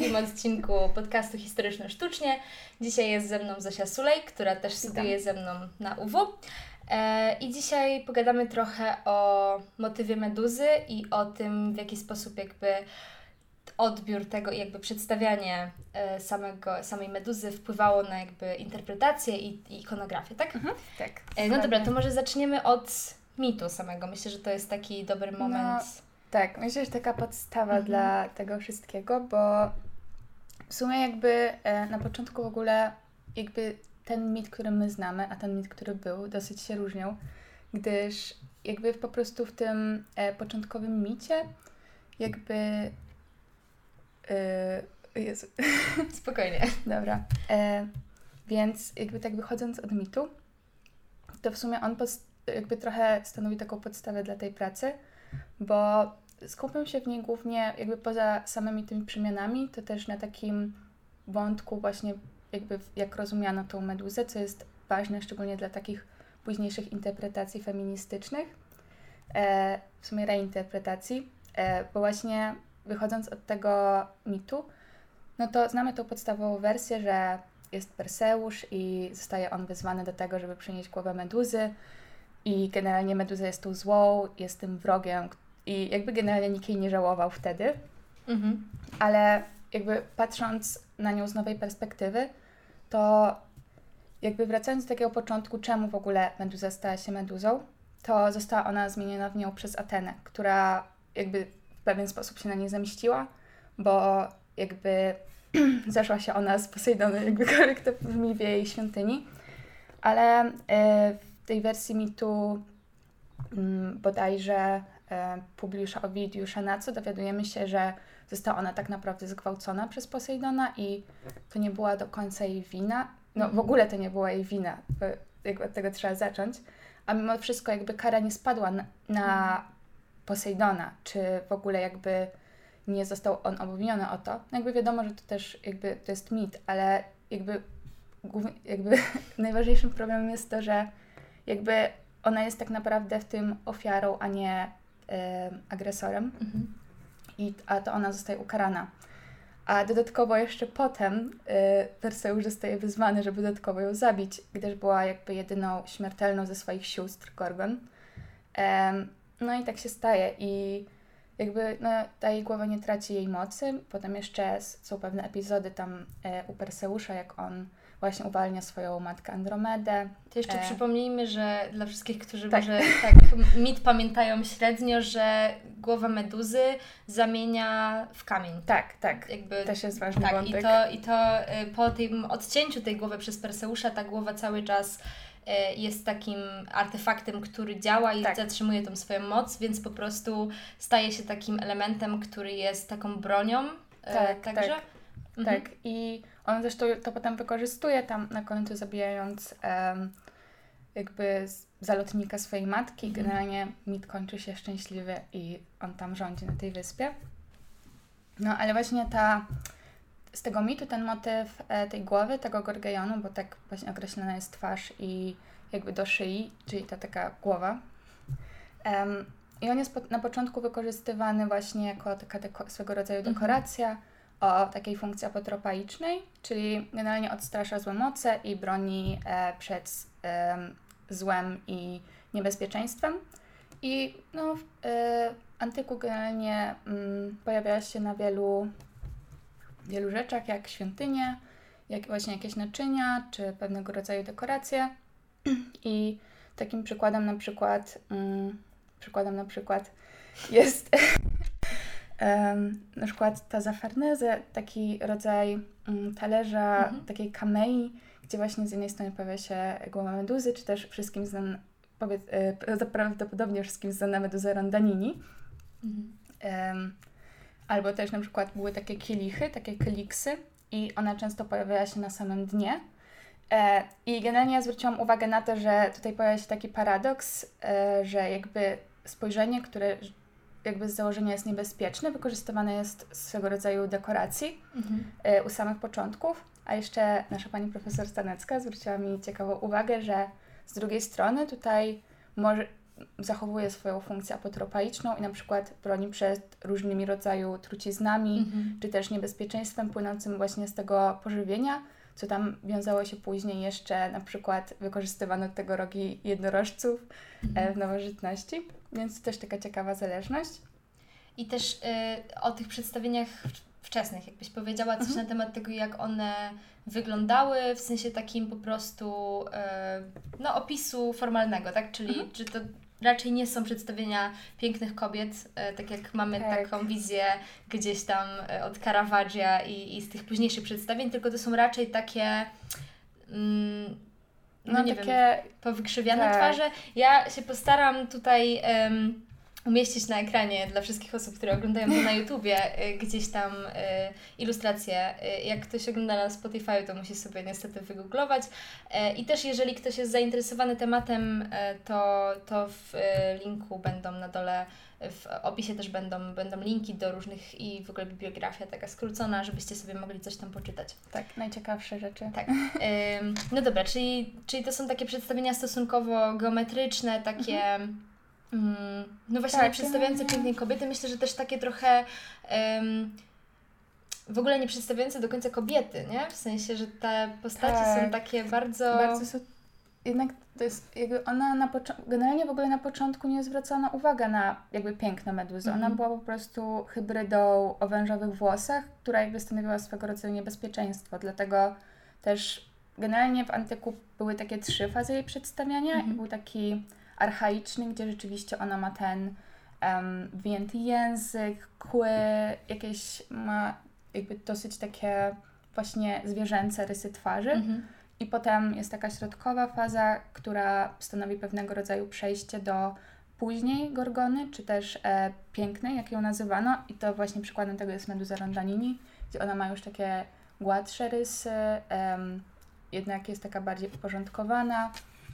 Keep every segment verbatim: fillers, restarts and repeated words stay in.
drugim odcinku podcastu Historyczno-Sztucznie. Dzisiaj jest ze mną Zosia Sulej, która też studiuje ze mną na U W. I dzisiaj pogadamy trochę o motywie meduzy i o tym, w jaki sposób jakby odbiór tego i jakby przedstawianie samego, samej meduzy wpływało na jakby interpretację i, i ikonografię, tak? Mhm, tak. No dobra, to może zaczniemy od mitu samego. Myślę, że to jest taki dobry moment. No, tak, myślę, że taka podstawa mhm. dla tego wszystkiego, bo w sumie jakby e, na początku w ogóle jakby ten mit, który my znamy, a ten mit, który był, dosyć się różnią, gdyż jakby po prostu w tym e, początkowym micie jakby e, Jezu. Spokojnie. Dobra. E, więc jakby tak wychodząc od mitu, to w sumie on post- jakby trochę stanowi taką podstawę dla tej pracy, bo skupiam się w niej głównie jakby poza samymi tymi przemianami, to też na takim wątku właśnie jakby jak rozumiano tą meduzę, co jest ważne szczególnie dla takich późniejszych interpretacji feministycznych, e, w sumie reinterpretacji, e, bo właśnie wychodząc od tego mitu, no to znamy tą podstawową wersję, że jest Perseusz i zostaje on wezwany do tego, żeby przynieść głowę meduzy i generalnie meduza jest tą złą, jest tym wrogiem i jakby generalnie nikt jej nie żałował wtedy, mhm. ale jakby patrząc na nią z nowej perspektywy, to jakby wracając do takiego początku, czemu w ogóle meduza stała się meduzą, to została ona zmieniona w nią przez Atenę, która jakby w pewien sposób się na niej zemściła, bo jakby zeszła się ona z Posejdonem, jakbykolwiek to brzmi w jej świątyni, ale y, w tej wersji mitu y, bodajże y, Publiusza Ovidiusza Naco dowiadujemy się, że została ona tak naprawdę zgwałcona przez Posejdona i to nie była do końca jej wina. No w ogóle to nie była jej wina, bo jakby od tego trzeba zacząć. A mimo wszystko jakby kara nie spadła na, na Posejdona, czy w ogóle jakby nie został on obwiniony o to. No jakby wiadomo, że to też jakby to jest mit, ale jakby, jakby najważniejszym problemem jest to, że jakby ona jest tak naprawdę w tym ofiarą, a nie y, agresorem. Mhm. I, a to ona zostaje ukarana. A dodatkowo jeszcze potem y, Perseusz zostaje wyzwany, żeby dodatkowo ją zabić, gdyż była jakby jedyną śmiertelną ze swoich sióstr, Gorgon. Um, no i tak się staje i jakby no, ta jej głowa nie traci jej mocy. Potem jeszcze są pewne epizody tam e, u Perseusza, jak on właśnie uwalnia swoją matkę Andromedę. To jeszcze e... przypomnijmy, że dla wszystkich, którzy tak. może tak mit pamiętają średnio, że głowa meduzy zamienia w kamień. Tak, tak. Jakby, też jest ważny tak, wątek. I to, i to y, po tym odcięciu tej głowy przez Perseusza, ta głowa cały czas y, jest takim artefaktem, który działa i tak. zatrzymuje tą swoją moc, więc po prostu staje się takim elementem, który jest taką bronią. Y, tak, także? tak. Mhm. Tak, i on zresztą to potem wykorzystuje tam na końcu, zabijając um, jakby zalotnika swojej matki. Mhm. Generalnie mit kończy się szczęśliwy i on tam rządzi na tej wyspie. No ale właśnie ta, z tego mitu ten motyw e, tej głowy, tego Gorgeionu, bo tak właśnie określona jest twarz i jakby do szyi, czyli ta taka głowa. Um, I on jest po, na początku wykorzystywany właśnie jako taka deko- swego rodzaju dekoracja, mhm. o takiej funkcji apotropaicznej, czyli generalnie odstrasza złe moce i broni e, przed e, złem i niebezpieczeństwem. I no, w e, antyku generalnie mm, pojawiała się na wielu, wielu rzeczach, jak świątynie, jak właśnie jakieś naczynia, czy pewnego rodzaju dekoracje. I takim przykładem na przykład, mm, przykładem na przykład jest Um, na przykład ta zafarneze, taki rodzaj um, talerza, mhm. takiej kamei, gdzie właśnie z jednej strony pojawia się głowa meduzy, czy też wszystkim znana, powiedz, e, prawdopodobnie wszystkim znana meduza Rondanini. Mhm. Um, albo też na przykład były takie kielichy, takie keliksy i ona często pojawiała się na samym dnie. E, I generalnie ja zwróciłam uwagę na to, że tutaj pojawia się taki paradoks, e, że jakby spojrzenie, które jakby z założenia jest niebezpieczne, wykorzystywane jest swego rodzaju dekoracji mhm. y, u samych początków, a jeszcze nasza pani profesor Stanecka zwróciła mi ciekawą uwagę, że z drugiej strony tutaj może, zachowuje swoją funkcję apotropaiczną i na przykład broni przed różnymi rodzajami truciznami, Mhm. czy też niebezpieczeństwem płynącym właśnie z tego pożywienia, co tam wiązało się później jeszcze, na przykład wykorzystywano do tego rogi jednorożców Mhm. e, w nowożytności, więc to też taka ciekawa zależność. I też y, o tych przedstawieniach wczesnych, jakbyś powiedziała coś Mhm. na temat tego, jak one wyglądały, w sensie takim po prostu y, no, opisu formalnego, tak? Czyli Mhm. czy to raczej nie są przedstawienia pięknych kobiet, y, tak jak mamy Tak. taką wizję gdzieś tam y, od Caravaggia i, i z tych późniejszych przedstawień, tylko to są raczej takie mm, no, No nie takie... wiem, powykrzywiane tak. twarze. Ja się postaram tutaj um, umieścić na ekranie dla wszystkich osób, które oglądają to na YouTubie, y, gdzieś tam y, ilustracje. Y, jak ktoś ogląda na Spotify, to musi sobie niestety wygooglować. Y, I też jeżeli ktoś jest zainteresowany tematem, y, to, to w y, linku będą na dole, w opisie też będą, będą linki do różnych i w ogóle bibliografia taka skrócona, żebyście sobie mogli coś tam poczytać. Tak, najciekawsze rzeczy. Tak. Ym, no dobra, czyli, czyli to są takie przedstawienia stosunkowo geometryczne, takie mhm. ym, no właśnie tak, nie przedstawiające no, pięknej kobiety. Myślę, że też takie trochę ym, w ogóle nie przedstawiające do końca kobiety, nie? W sensie, że te postacie tak. są takie bardzo... Bardzo są... Jednak to jest jakby ona na początku, generalnie w ogóle na początku nie zwracano uwagi na jakby piękno meduzy. Mhm. Ona była po prostu hybrydą o wężowych włosach, która jakby stanowiła swego rodzaju niebezpieczeństwo. Dlatego też generalnie w antyku były takie trzy fazy jej przedstawiania. Mhm. I był taki archaiczny, gdzie rzeczywiście ona ma ten um, wyjęty język, kły, jakieś ma jakby dosyć takie właśnie zwierzęce rysy twarzy. Mhm. I potem jest taka środkowa faza, która stanowi pewnego rodzaju przejście do później Gorgony, czy też e, pięknej, jak ją nazywano. I to właśnie przykładem tego jest Meduza Rondanini, gdzie ona ma już takie gładsze rysy, em, jednak jest taka bardziej uporządkowana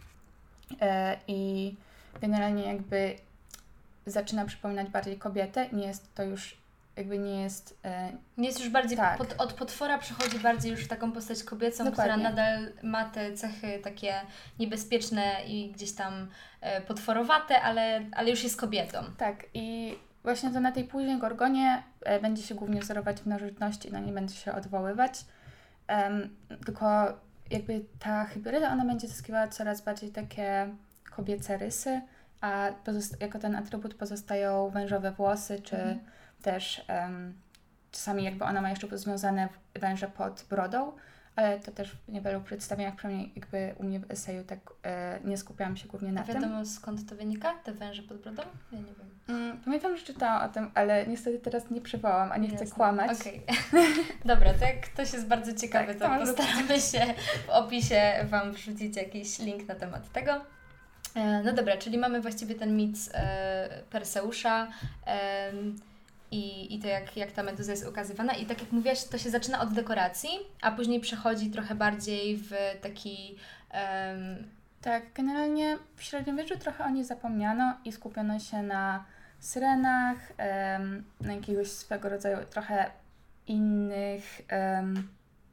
e, i generalnie jakby zaczyna przypominać bardziej kobietę. Nie jest to już jakby nie jest... E, nie jest już bardziej, tak. pod, od potwora przechodzi bardziej już w taką postać kobiecą, Dokładnie. która nadal ma te cechy takie niebezpieczne i gdzieś tam e, potworowate, ale, ale już jest kobietą. Tak i właśnie to na tej później Gorgonie e, będzie się głównie wzorować w nowożytności, na nie będzie się odwoływać, um, tylko jakby ta hybryda, ona będzie zyskiwała coraz bardziej takie kobiece rysy, a pozosta- jako ten atrybut pozostają wężowe włosy, czy Mhm. też um, czasami jakby ona ma jeszcze związane węże pod brodą, ale to też w niewielu przedstawieniach, przynajmniej jakby u mnie w eseju tak e, nie skupiałam się głównie na A tym. wiadomo skąd to wynika? Te węże pod brodą? Ja nie wiem. Mm, pamiętam, że czytałam o tym, ale niestety teraz nie przywołam, a nie chcę Jasne. kłamać. Okej. Dobra, to jak ktoś jest bardzo ciekawy, Tak, to to może postaramy się w opisie Wam wrzucić jakiś link na temat tego. E, No dobra, czyli mamy właściwie ten mit e, Perseusza e, i, i to jak, jak ta meduza jest ukazywana. I tak jak mówiłaś, to się zaczyna od dekoracji, a później przechodzi trochę bardziej w taki... em, Tak, generalnie w średniowieczu trochę o niej zapomniano i skupiono się na syrenach, em, na jakiegoś swego rodzaju trochę innych, em,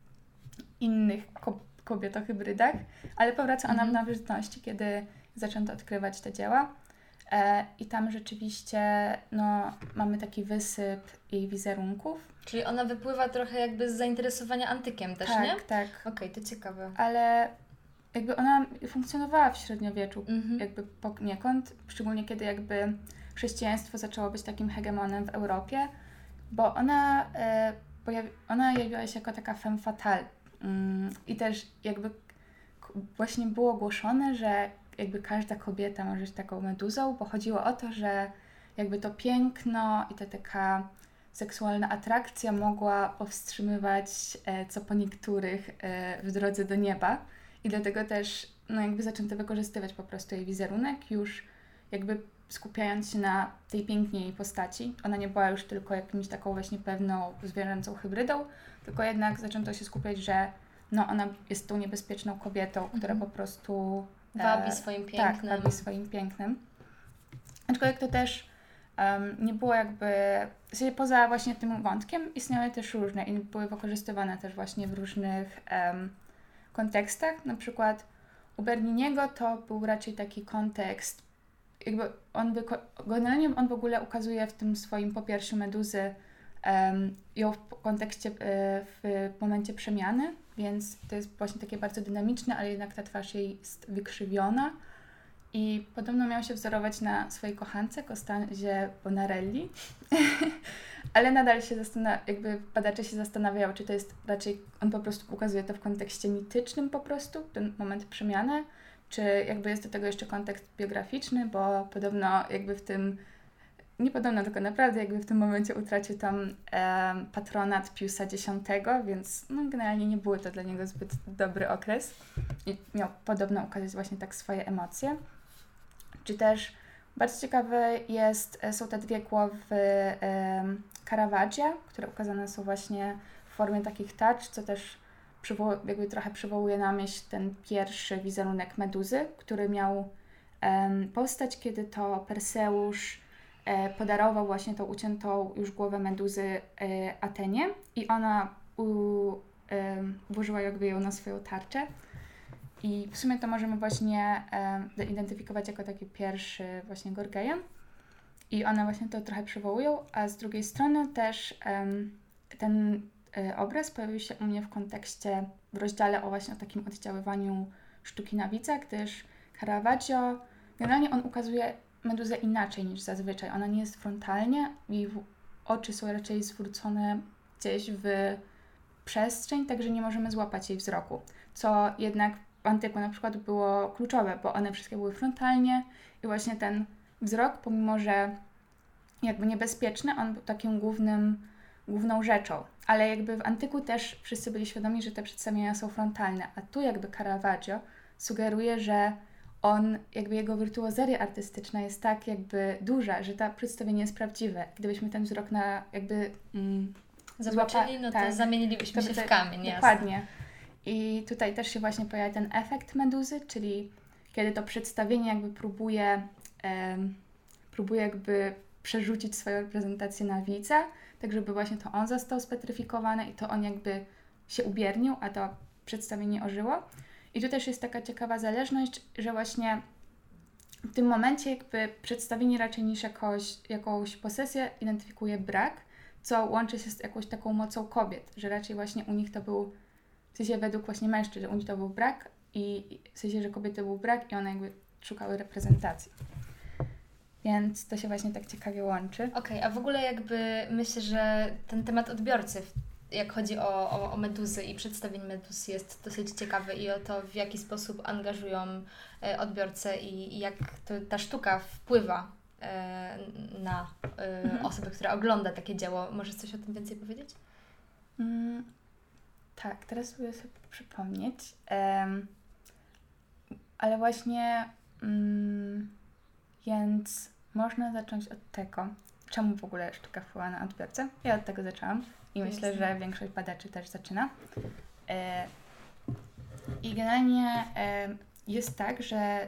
innych ko- kobietohybrydach, ale powraca ona w Mhm. nowożytności, kiedy zaczęto odkrywać te dzieła. E, I tam rzeczywiście no, mamy taki wysyp jej wizerunków. czyli ona wypływa trochę jakby z zainteresowania antykiem też, tak, nie? tak. Okej, to ciekawe. Ale jakby ona funkcjonowała w średniowieczu Mhm. jakby poniekąd, szczególnie kiedy jakby chrześcijaństwo zaczęło być takim hegemonem w Europie, bo ona, e, pojawi- ona jawiła się jako taka femme fatale mm, i też jakby k- właśnie było głoszone, że jakby każda kobieta może być taką meduzą, bo chodziło o to, że jakby to piękno i ta taka seksualna atrakcja mogła powstrzymywać e, co po niektórych e, w drodze do nieba. I dlatego też no jakby zaczęto wykorzystywać po prostu jej wizerunek, już jakby skupiając się na tej pięknej jej postaci. Ona nie była już tylko jakimś taką właśnie pewną zwierzęcą hybrydą, tylko jednak zaczęto się skupiać, że no ona jest tą niebezpieczną kobietą, która Mhm. po prostu Wabi swoim pięknem. Tak, wabi swoim pięknem. Aczkolwiek to też um, nie było jakby, w sensie poza właśnie tym wątkiem istniały też różne i były wykorzystywane też właśnie w różnych um, kontekstach. Na przykład u Berniniego to był raczej taki kontekst jakby on by, generalnie on w ogóle ukazuje w tym swoim popierszu Meduzy um, ją w kontekście, y, w momencie przemiany, więc to jest właśnie takie bardzo dynamiczne, ale jednak ta twarz jej jest wykrzywiona i podobno miał się wzorować na swojej kochance Costanzie Bonarelli, ale nadal się zastanawia, jakby badacze się zastanawiają, czy to jest raczej, on po prostu ukazuje to w kontekście mitycznym po prostu, ten moment przemiany, czy jakby jest do tego jeszcze kontekst biograficzny, bo podobno jakby w tym, nie podobno, tylko naprawdę jakby w tym momencie utracił tam e, patronat Piusa Dziesiątego, więc no, generalnie nie był to dla niego zbyt dobry okres i miał podobno ukazać właśnie tak swoje emocje. Czy też bardzo ciekawe jest, są te dwie głowy e, Caravaggia, które ukazane są właśnie w formie takich tarcz, co też przywoł- jakby trochę przywołuje na myśl ten pierwszy wizerunek Meduzy, który miał e, powstać, kiedy to Perseusz e, podarował właśnie tą uciętą już głowę Meduzy e, Atenie i ona u, e, włożyła jakby ją na swoją tarczę. I w sumie to możemy właśnie e, identyfikować jako taki pierwszy właśnie Gorgejan. I one właśnie to trochę przywołują, a z drugiej strony też e, ten e, obraz pojawił się u mnie w kontekście, w rozdziale o właśnie o takim oddziaływaniu sztuki na widza, gdyż Caravaggio, generalnie on ukazuje Meduzę inaczej niż zazwyczaj. Ona nie jest frontalnie i w, oczy są raczej zwrócone gdzieś w przestrzeń, także nie możemy złapać jej wzroku, co jednak w antyku na przykład było kluczowe, bo one wszystkie były frontalnie i właśnie ten wzrok, pomimo że jakby niebezpieczny, on był takim głównym, główną rzeczą. Ale jakby w antyku też wszyscy byli świadomi, że te przedstawienia są frontalne, a tu jakby Caravaggio sugeruje, że on, jakby jego wirtuozeria artystyczna jest tak jakby duża, że to przedstawienie jest prawdziwe. Gdybyśmy ten wzrok na jakby mm, zobaczyli, złapa- no to tak, zamienilibyśmy to się w kamień. Dokładnie. Jasne. I tutaj też się właśnie pojawia ten efekt Meduzy, czyli kiedy to przedstawienie jakby próbuje, um, próbuje jakby przerzucić swoją reprezentację na widza, tak żeby właśnie to on został spetryfikowany i to on jakby się ubiernił, a to przedstawienie ożyło. I tu też jest taka ciekawa zależność, że właśnie w tym momencie jakby przedstawienie raczej niż jakoś, jakąś posesję identyfikuje brak, co łączy się z jakąś taką mocą kobiet, że raczej właśnie u nich to był, w sensie według właśnie mężczyzn, że u nich to był brak i w sensie, że kobiety był brak i one jakby szukały reprezentacji. Więc to się właśnie tak ciekawie łączy. Okej, okay, a w ogóle jakby myślę, że ten temat odbiorcy, jak chodzi o, o, o meduzy i przedstawienie meduz, jest dosyć ciekawy i o to, w jaki sposób angażują e, odbiorcę i, i jak to, ta sztuka wpływa e, na e, mhm. osobę, która ogląda takie dzieło. Możesz coś o tym więcej powiedzieć? Mm, tak, teraz spróbuję sobie przypomnieć. Um, ale właśnie um, więc można zacząć od tego, czemu w ogóle sztuka wpływa na odbiorcę. Ja od tego zaczęłam i Jasne. Myślę, że większość badaczy też zaczyna. E, I generalnie e, jest tak, że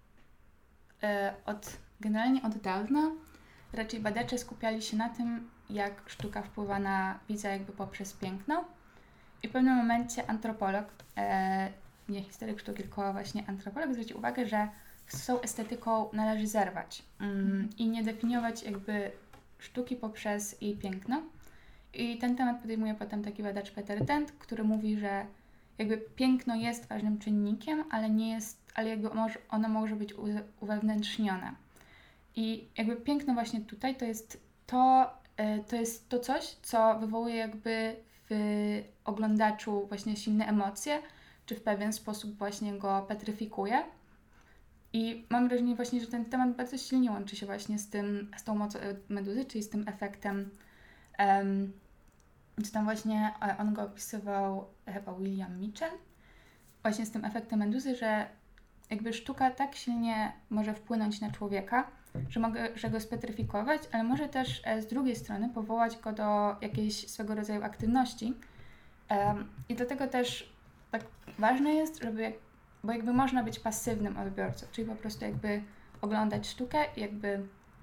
e, od, generalnie od dawna raczej badacze skupiali się na tym, jak sztuka wpływa na widza jakby poprzez piękno. I w pewnym momencie antropolog, e, nie historyk sztuki, tylko właśnie antropolog zwrócił uwagę, że z tą estetyką należy zerwać mm, i nie definiować jakby sztuki poprzez jej piękno. I ten temat podejmuje potem taki badacz Peter Dent, który mówi, że jakby piękno jest ważnym czynnikiem, ale nie jest, ale jakby może, ono może być uwewnętrznione. I jakby piękno właśnie tutaj to jest to, y, to jest to coś, co wywołuje jakby w oglądaczu właśnie silne emocje, czy w pewien sposób właśnie go petryfikuje. I mam wrażenie właśnie, że ten temat bardzo silnie łączy się właśnie z tym, z tą mocą meduzy, czyli z tym efektem, um, czy tam właśnie on go opisywał chyba William Mitchell, właśnie z tym efektem meduzy, że jakby sztuka tak silnie może wpłynąć na człowieka, że może że go spetryfikować, ale może też z drugiej strony powołać go do jakiejś swego rodzaju aktywności. Um, I dlatego też tak ważne jest, żeby jak bo jakby można być pasywnym odbiorcą, czyli po prostu jakby oglądać sztukę i jakby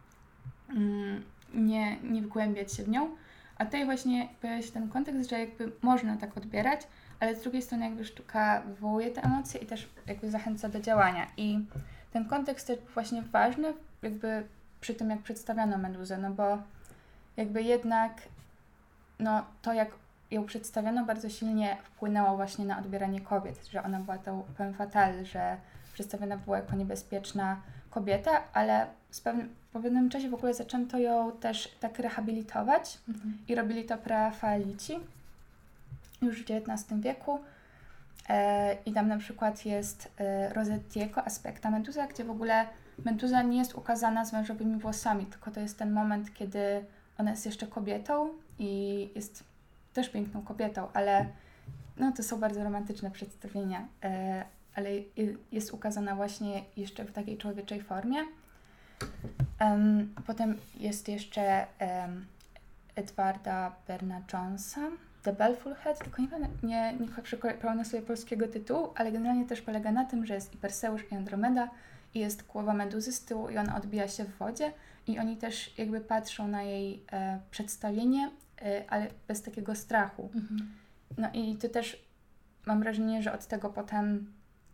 mm, nie, nie wgłębiać się w nią, a tutaj właśnie pojawia się ten kontekst, że jakby można tak odbierać, ale z drugiej strony jakby sztuka wywołuje te emocje i też jakby zachęca do działania. I ten kontekst jest właśnie ważny jakby przy tym, jak przedstawiano Meduzę, no bo jakby jednak no to, jak ją przedstawiono, bardzo silnie wpłynęło właśnie na odbieranie kobiet, że ona była tą femme fatale, że przedstawiona była jako niebezpieczna kobieta, ale z pewnym, po pewnym czasie w ogóle zaczęto ją też tak rehabilitować mhm. i robili to preafaelici już w dziewiętnastym wieku. E, I tam na przykład jest e, Rossettiego Aspecta Medusa, gdzie w ogóle Meduza nie jest ukazana z wężowymi włosami, tylko to jest ten moment, kiedy ona jest jeszcze kobietą i jest też piękną kobietą, ale no to są bardzo romantyczne przedstawienia, e, ale jest ukazana właśnie jeszcze w takiej człowieczej formie. Um, potem jest jeszcze um, Edwarda Burne-Jonesa, The Baleful Head, tylko nie, nie, nie przypomnę sobie polskiego tytułu, ale generalnie też polega na tym, że jest i Perseusz, i Andromeda, i jest głowa Meduzy z tyłu i ona odbija się w wodzie i oni też jakby patrzą na jej e, przedstawienie, e, ale bez takiego strachu. Mhm. No i to też mam wrażenie, że od tego potem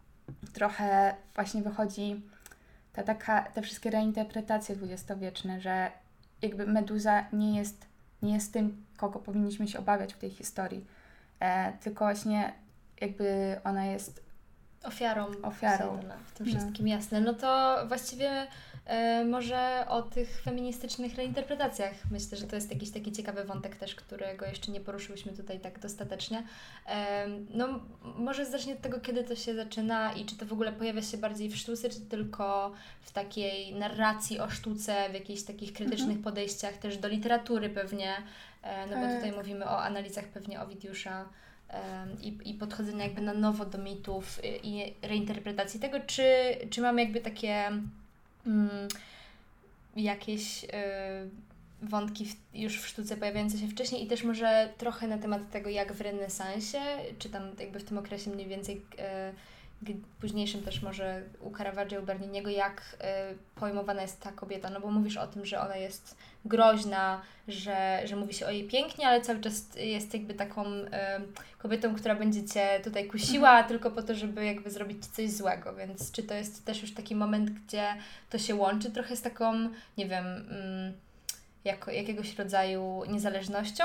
trochę właśnie wychodzi ta taka, te wszystkie reinterpretacje dwudziestowieczne, że jakby Meduza nie jest, nie jest tym, kogo powinniśmy się obawiać w tej historii, e, tylko właśnie jakby ona jest ofiarą, ofiarą. w tym wszystkim, no. Jasne. No to właściwie e, może o tych feministycznych reinterpretacjach. Myślę, że to jest jakiś taki ciekawy wątek też, którego jeszcze nie poruszyłyśmy tutaj tak dostatecznie. E, no może zacznij od tego, kiedy to się zaczyna i czy to w ogóle pojawia się bardziej w sztuce, czy tylko w takiej narracji o sztuce, w jakichś takich krytycznych mhm. podejściach też do literatury pewnie, e, no bo tutaj mówimy o analizach pewnie Owidiusza, I, i podchodzenia jakby na nowo do mitów i reinterpretacji tego, czy, czy mamy jakby takie mm, jakieś y, wątki w, już w sztuce pojawiające się wcześniej i też może trochę na temat tego, jak w renesansie, czy tam jakby w tym okresie mniej więcej y, późniejszym też może u Caravaggia, u Berniniego, jak y, pojmowana jest ta kobieta, no bo mówisz o tym, że ona jest groźna, że, że mówi się o jej pięknie, ale cały czas jest jakby taką y, kobietą, która będzie Cię tutaj kusiła, mhm. tylko po to, żeby jakby zrobić coś złego, więc czy to jest też już taki moment, gdzie to się łączy trochę z taką, nie wiem, y, jako, jakiegoś rodzaju niezależnością?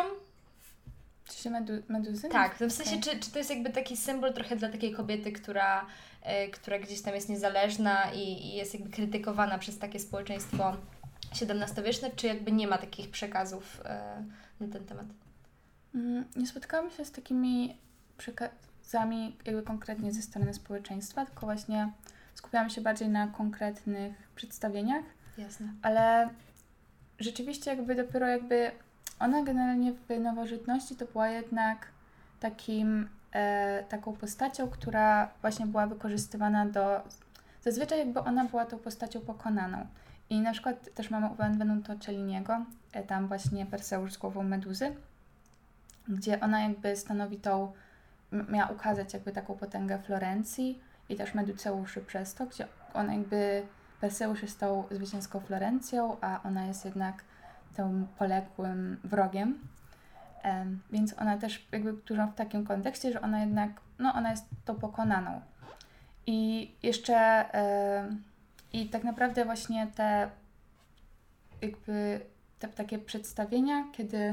Czy się medu- meduzy? Tak, w sensie, okay. czy, czy to jest jakby taki symbol trochę dla takiej kobiety, która, y, która gdzieś tam jest niezależna i, i jest jakby krytykowana przez takie społeczeństwo siedemnastowieczne, czy jakby nie ma takich przekazów y, na ten temat? Mm, nie spotkałam się z takimi przekazami jakby konkretnie ze strony społeczeństwa, tylko właśnie skupiałam się bardziej na konkretnych przedstawieniach. Jasne. Ale rzeczywiście jakby dopiero jakby ona generalnie w nowożytności to była jednak takim, e, taką postacią, która właśnie była wykorzystywana do... Zazwyczaj jakby ona była tą postacią pokonaną. I na przykład też mamy u Benvenuto Celliniego, e, tam właśnie Perseusz z głową Meduzy, gdzie ona jakby stanowi tą, miała ukazać jakby taką potęgę Florencji i też Meduceuszy przez to, gdzie ona jakby, Perseusz jest tą zwycięską Florencją, a ona jest jednak tym poległym wrogiem, um, więc ona też jakby dużo w takim kontekście, że ona jednak, no ona jest tą pokonaną. I jeszcze um, i tak naprawdę właśnie te jakby te takie przedstawienia, kiedy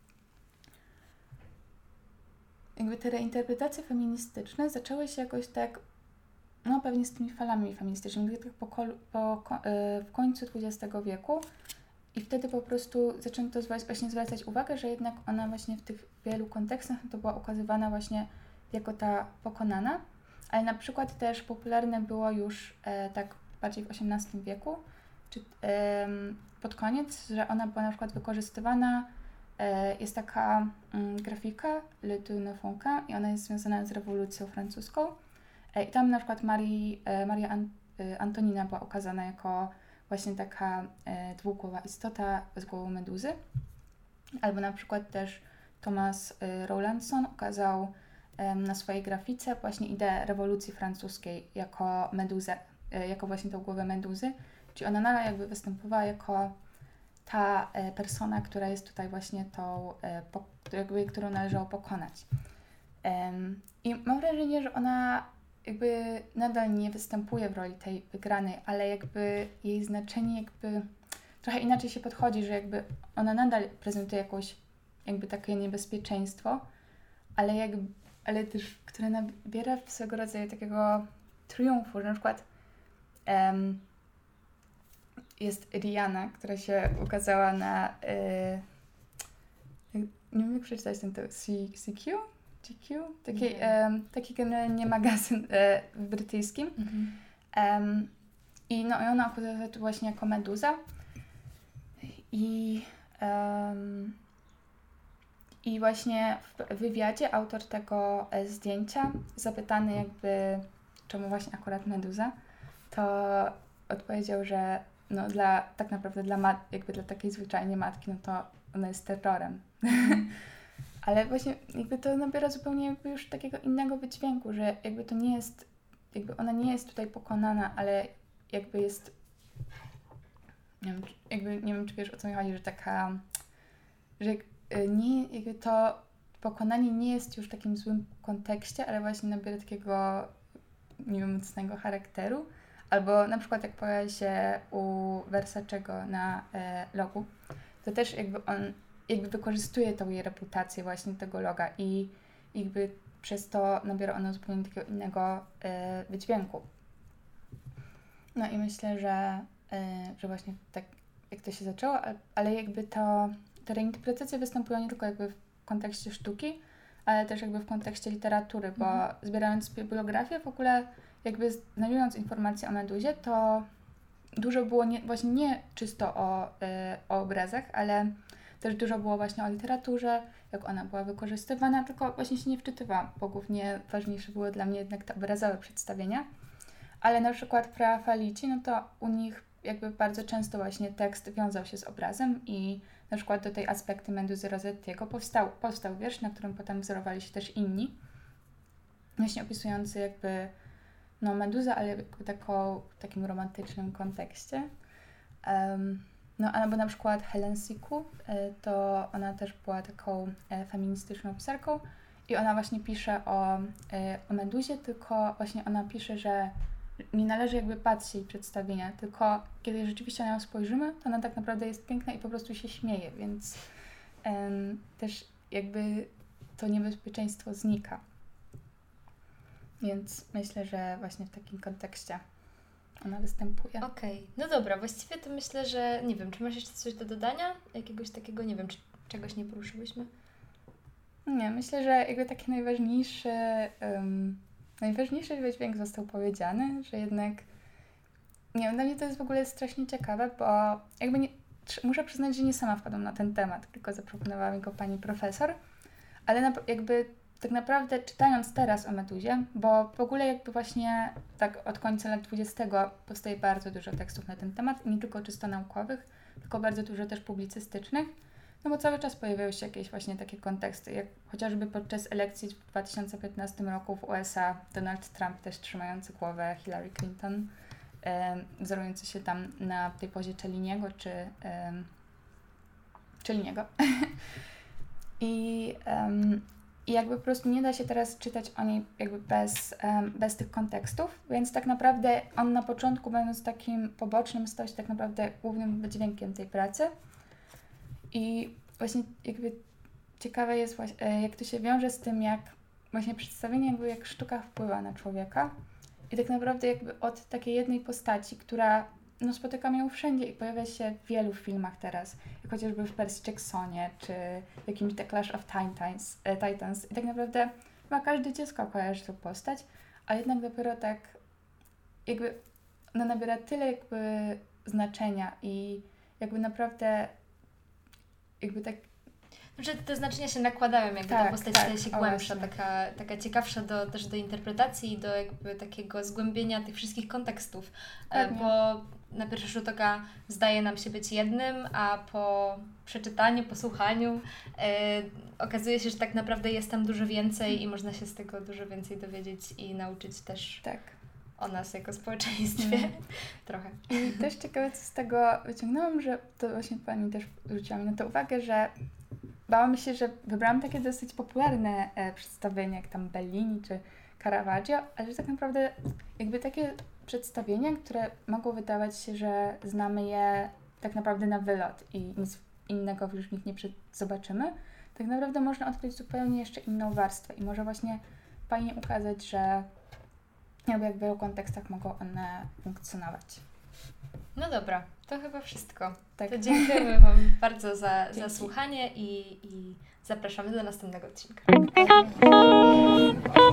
jakby te reinterpretacje feministyczne zaczęły się jakoś tak, no pewnie z tymi falami feministycznymi, tak po, kol, po yy, w końcu dwudziestego wieku. I wtedy po prostu zaczęto zwracać, właśnie zwracać uwagę, że jednak ona właśnie w tych wielu kontekstach to była ukazywana właśnie jako ta pokonana, ale na przykład też popularne było już e, tak bardziej w osiemnastym wieku, czy e, pod koniec, że ona była na przykład wykorzystywana, e, jest taka mm, grafika Le Tour Fonka i ona jest związana z rewolucją francuską e, i tam na przykład Marii, e, Maria An, e, Antonina była ukazana jako właśnie taka e, dwugłowa istota z głową meduzy. Albo na przykład też Thomas e, Rowlandson ukazał e, na swojej grafice właśnie ideę rewolucji francuskiej jako meduzę, e, jako właśnie tą głowę meduzy. Czyli ona nadal jakby występowała jako ta e, persona, która jest tutaj właśnie tą, e, po, jakby, którą należało pokonać. E, I mam wrażenie, że ona jakby nadal nie występuje w roli tej wygranej, ale jakby jej znaczenie jakby trochę inaczej się podchodzi, że jakby ona nadal prezentuje jakąś jakby takie niebezpieczeństwo, ale jakby, ale też, które nabiera swego rodzaju takiego triumfu, że na przykład um, jest Rihanna, która się ukazała na y, nie wiem jak przeczytać ten to C Q? G Q? Taki, um, taki generalnie magazyn e, brytyjskim. Mhm. Um, I no, ona ukazała się właśnie jako meduza. I, um, I właśnie w wywiadzie autor tego e, zdjęcia, zapytany jakby, czemu właśnie akurat meduza, to odpowiedział, że no dla, tak naprawdę dla, mat, jakby dla takiej zwyczajnej matki, no to ona jest terrorem. Mm. Ale właśnie jakby to nabiera zupełnie jakby już takiego innego wydźwięku, że jakby to nie jest, jakby ona nie jest tutaj pokonana, ale jakby jest, nie wiem, jakby, nie wiem czy wiesz o co mi chodzi, że taka, że nie, jakby to pokonanie nie jest już w takim złym kontekście, ale właśnie nabiera takiego, nie wiem, mocnego charakteru. Albo na przykład jak pojawia się u Versacego na e, logu, to też jakby on jakby wykorzystuje tą jej reputację właśnie tego loga i jakby przez to nabiera ono zupełnie takiego innego e, wydźwięku. No i myślę, że, e, że właśnie tak jak to się zaczęło, ale jakby to, te reinterpretacje występują nie tylko jakby w kontekście sztuki, ale też jakby w kontekście literatury, bo mhm. zbierając bibliografię w ogóle jakby znajdując informacje o meduzie, to dużo było nie, właśnie nie czysto o, y, o obrazach, ale też dużo było właśnie o literaturze, jak ona była wykorzystywana, tylko właśnie się nie wczytywałam, bo głównie ważniejsze były dla mnie jednak te obrazowe przedstawienia. Ale na przykład Pra Falici, no to u nich jakby bardzo często właśnie tekst wiązał się z obrazem i na przykład do tej Aspekty Meduzy Rossettiego powstał, powstał wiersz, na którym potem wzorowali się też inni, właśnie opisujący jakby no meduzę, ale w taką, w takim romantycznym kontekście. Um, no albo na przykład Helen Siku, to ona też była taką e, feministyczną pisarką i ona właśnie pisze o, e, o meduzie, tylko właśnie ona pisze, że nie należy jakby patrzeć jej przedstawienia, tylko kiedy rzeczywiście na nią spojrzymy, to ona tak naprawdę jest piękna i po prostu się śmieje, więc em, też jakby to niebezpieczeństwo znika. Więc myślę, że właśnie w takim kontekście ona występuje. Okej, okay. No dobra, właściwie to myślę, że nie wiem, czy masz jeszcze coś do dodania? Jakiegoś takiego, nie wiem, czy czegoś nie poruszyłyśmy? Nie, myślę, że jakby taki najważniejszy um, najważniejszy wydźwięk został powiedziany, że jednak nie wiem, dla mnie to jest w ogóle strasznie ciekawe, bo jakby nie, muszę przyznać, że nie sama wpadłam na ten temat, tylko zaproponowała mi go pani profesor, ale na, jakby tak naprawdę czytając teraz o meduzie, bo w ogóle jakby właśnie tak od końca lat dwudziestych powstaje bardzo dużo tekstów na ten temat, nie tylko czysto naukowych, tylko bardzo dużo też publicystycznych, no bo cały czas pojawiają się jakieś właśnie takie konteksty, jak chociażby podczas elekcji w dwa tysiące piętnastym roku w U S A Donald Trump też trzymający głowę Hillary Clinton, e, wzorujący się tam na tej pozie Celliniego czy e, Celliniego. I um, I jakby po prostu nie da się teraz czytać o niej jakby bez, um, bez tych kontekstów, więc tak naprawdę on na początku, będąc takim pobocznym, stał się tak naprawdę głównym wydźwiękiem tej pracy. I właśnie jakby ciekawe jest właśnie, jak to się wiąże z tym, jak właśnie przedstawienie jakby jak sztuka wpływa na człowieka i tak naprawdę jakby od takiej jednej postaci, która no spotykamy ją wszędzie i pojawia się w wielu filmach teraz, jak chociażby w Percy Jacksonie, czy w jakimś The Clash of Titans, e, Titans. I tak naprawdę chyba każde dziecko kojarzy tę postać, a jednak dopiero tak jakby ona nabiera tyle jakby znaczenia i jakby naprawdę jakby tak Znaczy te znaczenia się nakładają, jakby tak, ta postać staje tak, się głębsza, taka, taka ciekawsza do, też do interpretacji i do jakby takiego zgłębienia tych wszystkich kontekstów, Pewnie. bo na pierwszy rzut oka zdaje nam się być jednym, a po przeczytaniu, posłuchaniu yy, okazuje się, że tak naprawdę jest tam dużo więcej i można się z tego dużo więcej dowiedzieć i nauczyć też tak. o nas jako społeczeństwie. Mm. Trochę. I też ciekawe, co z tego wyciągnęłam, że to właśnie Pani też zwróciła mi na to uwagę, że bałam się, że wybrałam takie dosyć popularne e, przedstawienia, jak tam Bellini czy Caravaggio, ale że tak naprawdę jakby takie przedstawienia, które mogą wydawać się, że znamy je tak naprawdę na wylot i nic innego już w nich nie zobaczymy, tak naprawdę można odkryć zupełnie jeszcze inną warstwę i może właśnie fajnie ukazać, że jakby jak w wielu kontekstach mogą one funkcjonować. No dobra, to chyba wszystko. Tak. To dziękujemy Wam bardzo za, za słuchanie i, i zapraszamy do następnego odcinka.